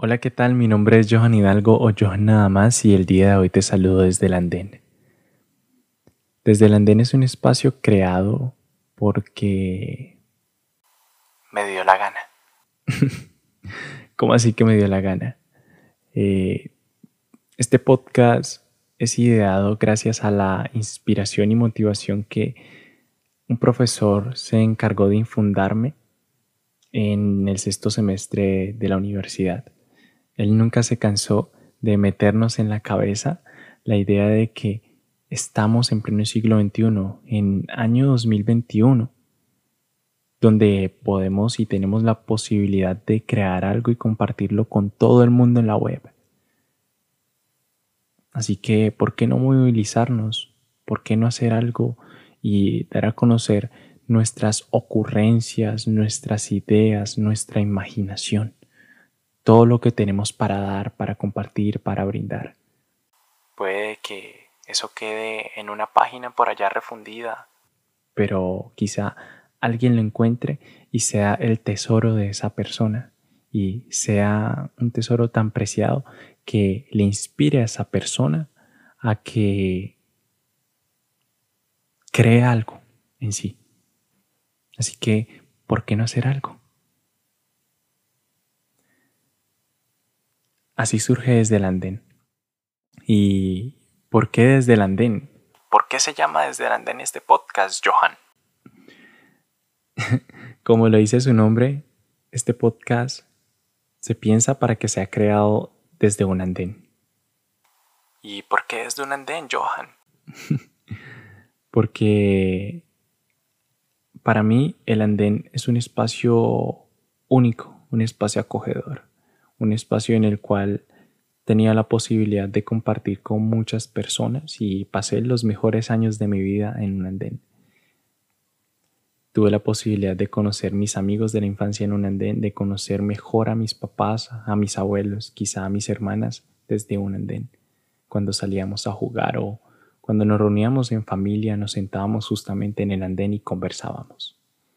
Hola, ¿qué tal? Mi nombre es Johan Hidalgo o Johan nada más y el día de hoy te saludo desde el andén. Desde el andén es un espacio creado porque me dio la gana. ¿Cómo así que me dio la gana? Eh, este podcast es ideado gracias a la inspiración y motivación que un profesor se encargó de infundarme en el sexto semestre de la universidad. Él nunca se cansó de meternos en la cabeza la idea de que estamos en pleno siglo XXI, en año 2021, donde podemos y tenemos la posibilidad de crear algo y compartirlo con todo el mundo en la web. Así que, ¿por qué no movilizarnos? ¿Por qué no hacer algo y dar a conocer nuestras ocurrencias, nuestras ideas, nuestra imaginación? Todo lo que tenemos para dar, para compartir, para brindar. Puede que eso quede en una página por allá refundida, pero quizá alguien lo encuentre y sea el tesoro de esa persona y sea un tesoro tan preciado que le inspire a esa persona a que cree algo en sí. Así que, ¿por qué no hacer algo? Así surge Desde el Andén. ¿Y por qué Desde el Andén? ¿Por qué se llama Desde el Andén este podcast, Johan? Como lo dice su nombre, este podcast se piensa para que sea creado desde un andén. ¿Y por qué desde un andén, Johan? Porque para mí el andén es un espacio único, un espacio acogedor, un espacio en el cual tenía la posibilidad de compartir con muchas personas y pasé los mejores años de mi vida en un andén. Tuve la posibilidad de conocer mis amigos de la infancia en un andén, de conocer mejor a mis papás, a mis abuelos, quizá a mis hermanas desde un andén. Cuando salíamos a jugar o cuando nos reuníamos en familia, nos sentábamos justamente en el andén y conversábamos.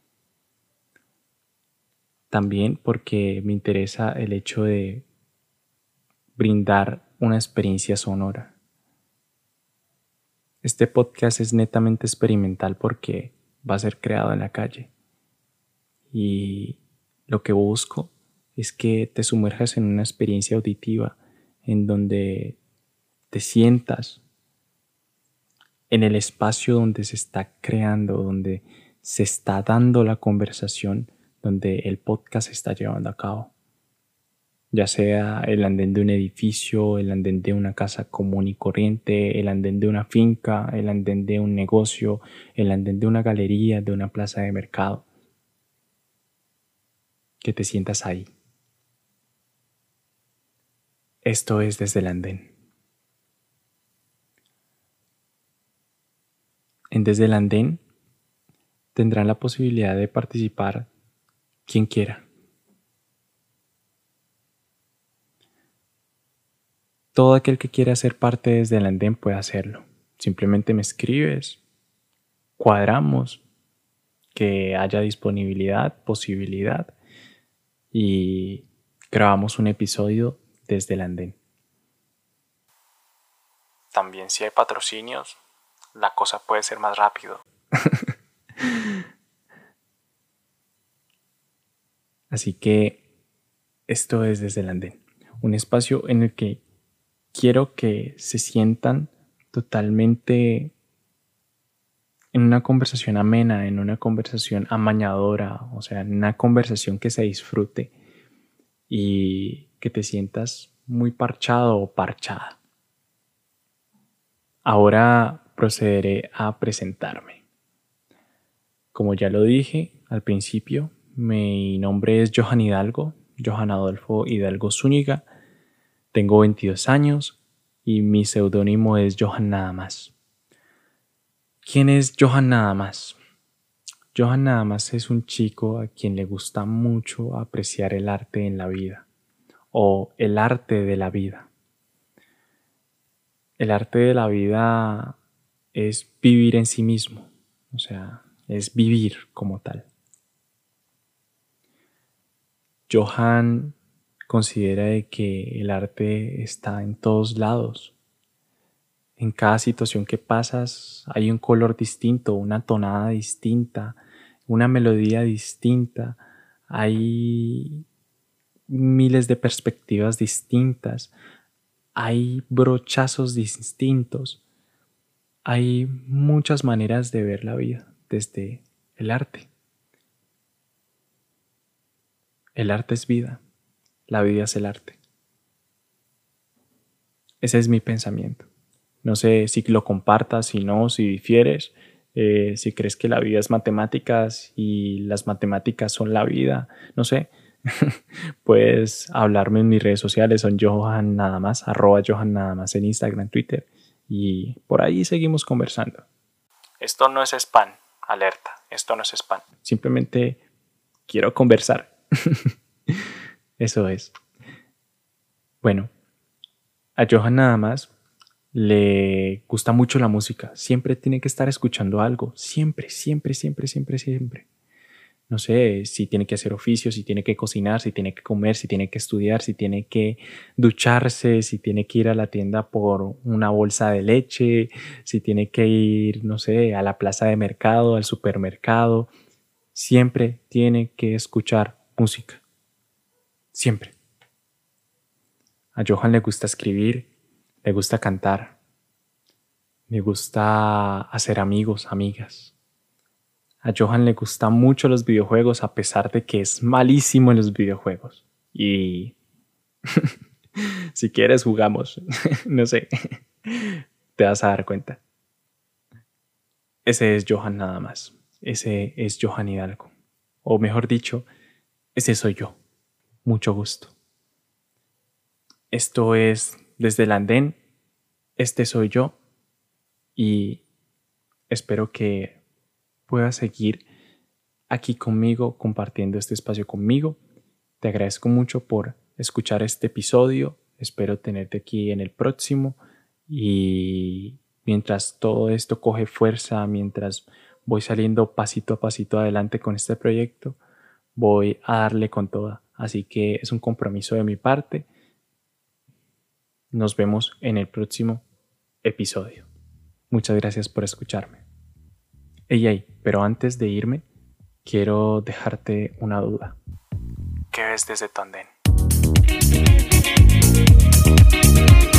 También porque me interesa el hecho de brindar una experiencia sonora. Este podcast es netamente experimental porque va a ser creado en la calle. Y lo que busco es que te sumerjas en una experiencia auditiva en donde te sientas en el espacio donde se está creando, donde se está dando la conversación, donde el podcast se está llevando a cabo. Ya sea el andén de un edificio, el andén de una casa común y corriente, el andén de una finca, el andén de un negocio, el andén de una galería, de una plaza de mercado. Que te sientas ahí. Esto es Desde el Andén. En Desde el Andén tendrán la posibilidad de participar quien quiera. Todo aquel que quiera ser parte de Desde el Andén puede hacerlo. Simplemente me escribes, cuadramos, que haya disponibilidad, posibilidad y grabamos un episodio Desde el Andén. También si hay patrocinios, la cosa puede ser más rápido. Así que esto es Desde el Andén, un espacio en el que quiero que se sientan totalmente en una conversación amena, en una conversación amañadora, o sea, en una conversación que se disfrute y que te sientas muy parchado o parchada. Ahora procederé a presentarme. Como ya lo dije al principio, mi nombre es Johan Hidalgo, Johan Adolfo Hidalgo Zúñiga. Tengo 22 años y mi seudónimo es Johan nada más. ¿Quién es Johan nada más? Johan nada más es un chico a quien le gusta mucho apreciar el arte en la vida o el arte de la vida. El arte de la vida es vivir en sí mismo, o sea, es vivir como tal. Johan considera de que el arte está en todos lados. En cada situación que pasas hay un color distinto, una tonada distinta, una melodía distinta. Hay miles de perspectivas distintas. Hay brochazos distintos. Hay muchas maneras de ver la vida desde el arte. El arte es vida. La vida es el arte. Ese es mi pensamiento. No sé si lo compartas, si no, si difieres, si crees que la vida es matemáticas y las matemáticas son la vida, no sé. Puedes hablarme en mis redes sociales, son Johan nada más, @Johan nada más en Instagram, Twitter, y por ahí seguimos conversando. Esto no es spam, alerta, esto no es spam. Simplemente quiero conversar. Eso es. Bueno, a Johan nada más le gusta mucho la música. Siempre tiene que estar escuchando algo. Siempre, siempre, siempre, siempre, siempre. No sé si tiene que hacer oficio, si tiene que cocinar, si tiene que comer, si tiene que estudiar, si tiene que ducharse, si tiene que ir a la tienda por una bolsa de leche, si tiene que ir, no sé, a la plaza de mercado, al supermercado. Siempre tiene que escuchar música. Siempre. A Johan le gusta escribir, le gusta cantar, le gusta hacer amigos, amigas. A Johan le gustan mucho los videojuegos a pesar de que es malísimo en los videojuegos. Y si quieres jugamos, no sé, te vas a dar cuenta. Ese es Johan nada más. Ese es Johan Hidalgo. O mejor dicho, ese soy yo. Mucho gusto. Esto es Desde el Andén. Este soy yo. Y espero que puedas seguir aquí conmigo, compartiendo este espacio conmigo. Te agradezco mucho por escuchar este episodio. Espero tenerte aquí en el próximo. Y mientras todo esto coge fuerza, mientras voy saliendo pasito a pasito adelante con este proyecto, voy a darle con toda. Así que es un compromiso de mi parte. Nos vemos en el próximo episodio. Muchas gracias por escucharme. Ey, pero antes de irme, quiero dejarte una duda. ¿Qué ves desde tu andén?